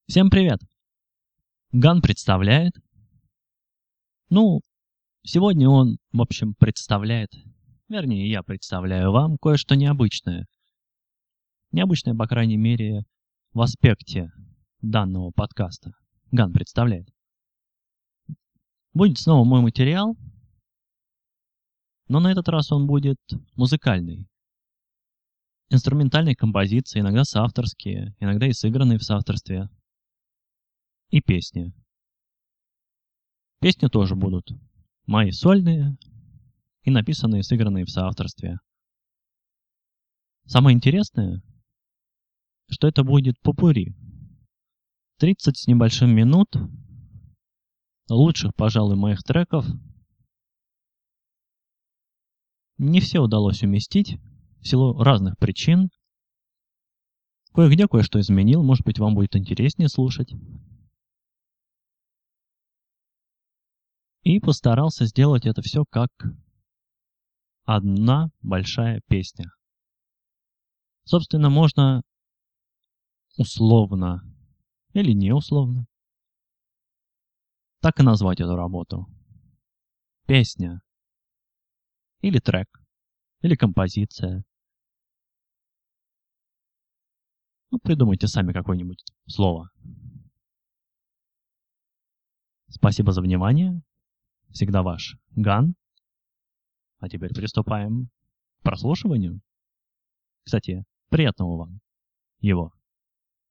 Всем привет! Ган представляет. Сегодня он, в общем, представляет. Вернее, я представляю вам кое-что необычное. Необычное, по крайней мере, в аспекте данного подкаста. Ган представляет. Будет снова мой материал, но на этот раз он будет музыкальный. Инструментальные композиции, иногда соавторские, иногда и сыгранные в соавторстве. И песни. Песни тоже будут мои сольные и написанные, сыгранные в соавторстве. Самое интересное, что это будет попурри. 30 с небольшим минут лучших, пожалуй, моих треков. Не все удалось уместить в силу разных причин. Кое-где кое-что изменил, может быть, вам будет интереснее слушать. И постарался сделать это все как одна большая песня. Собственно, можно условно или не условно так и назвать эту работу. Песня. Или трек. Или композиция. Придумайте сами какое-нибудь слово. Спасибо за внимание. Всегда ваш Ган. А теперь приступаем к прослушиванию. Кстати, приятного вам его.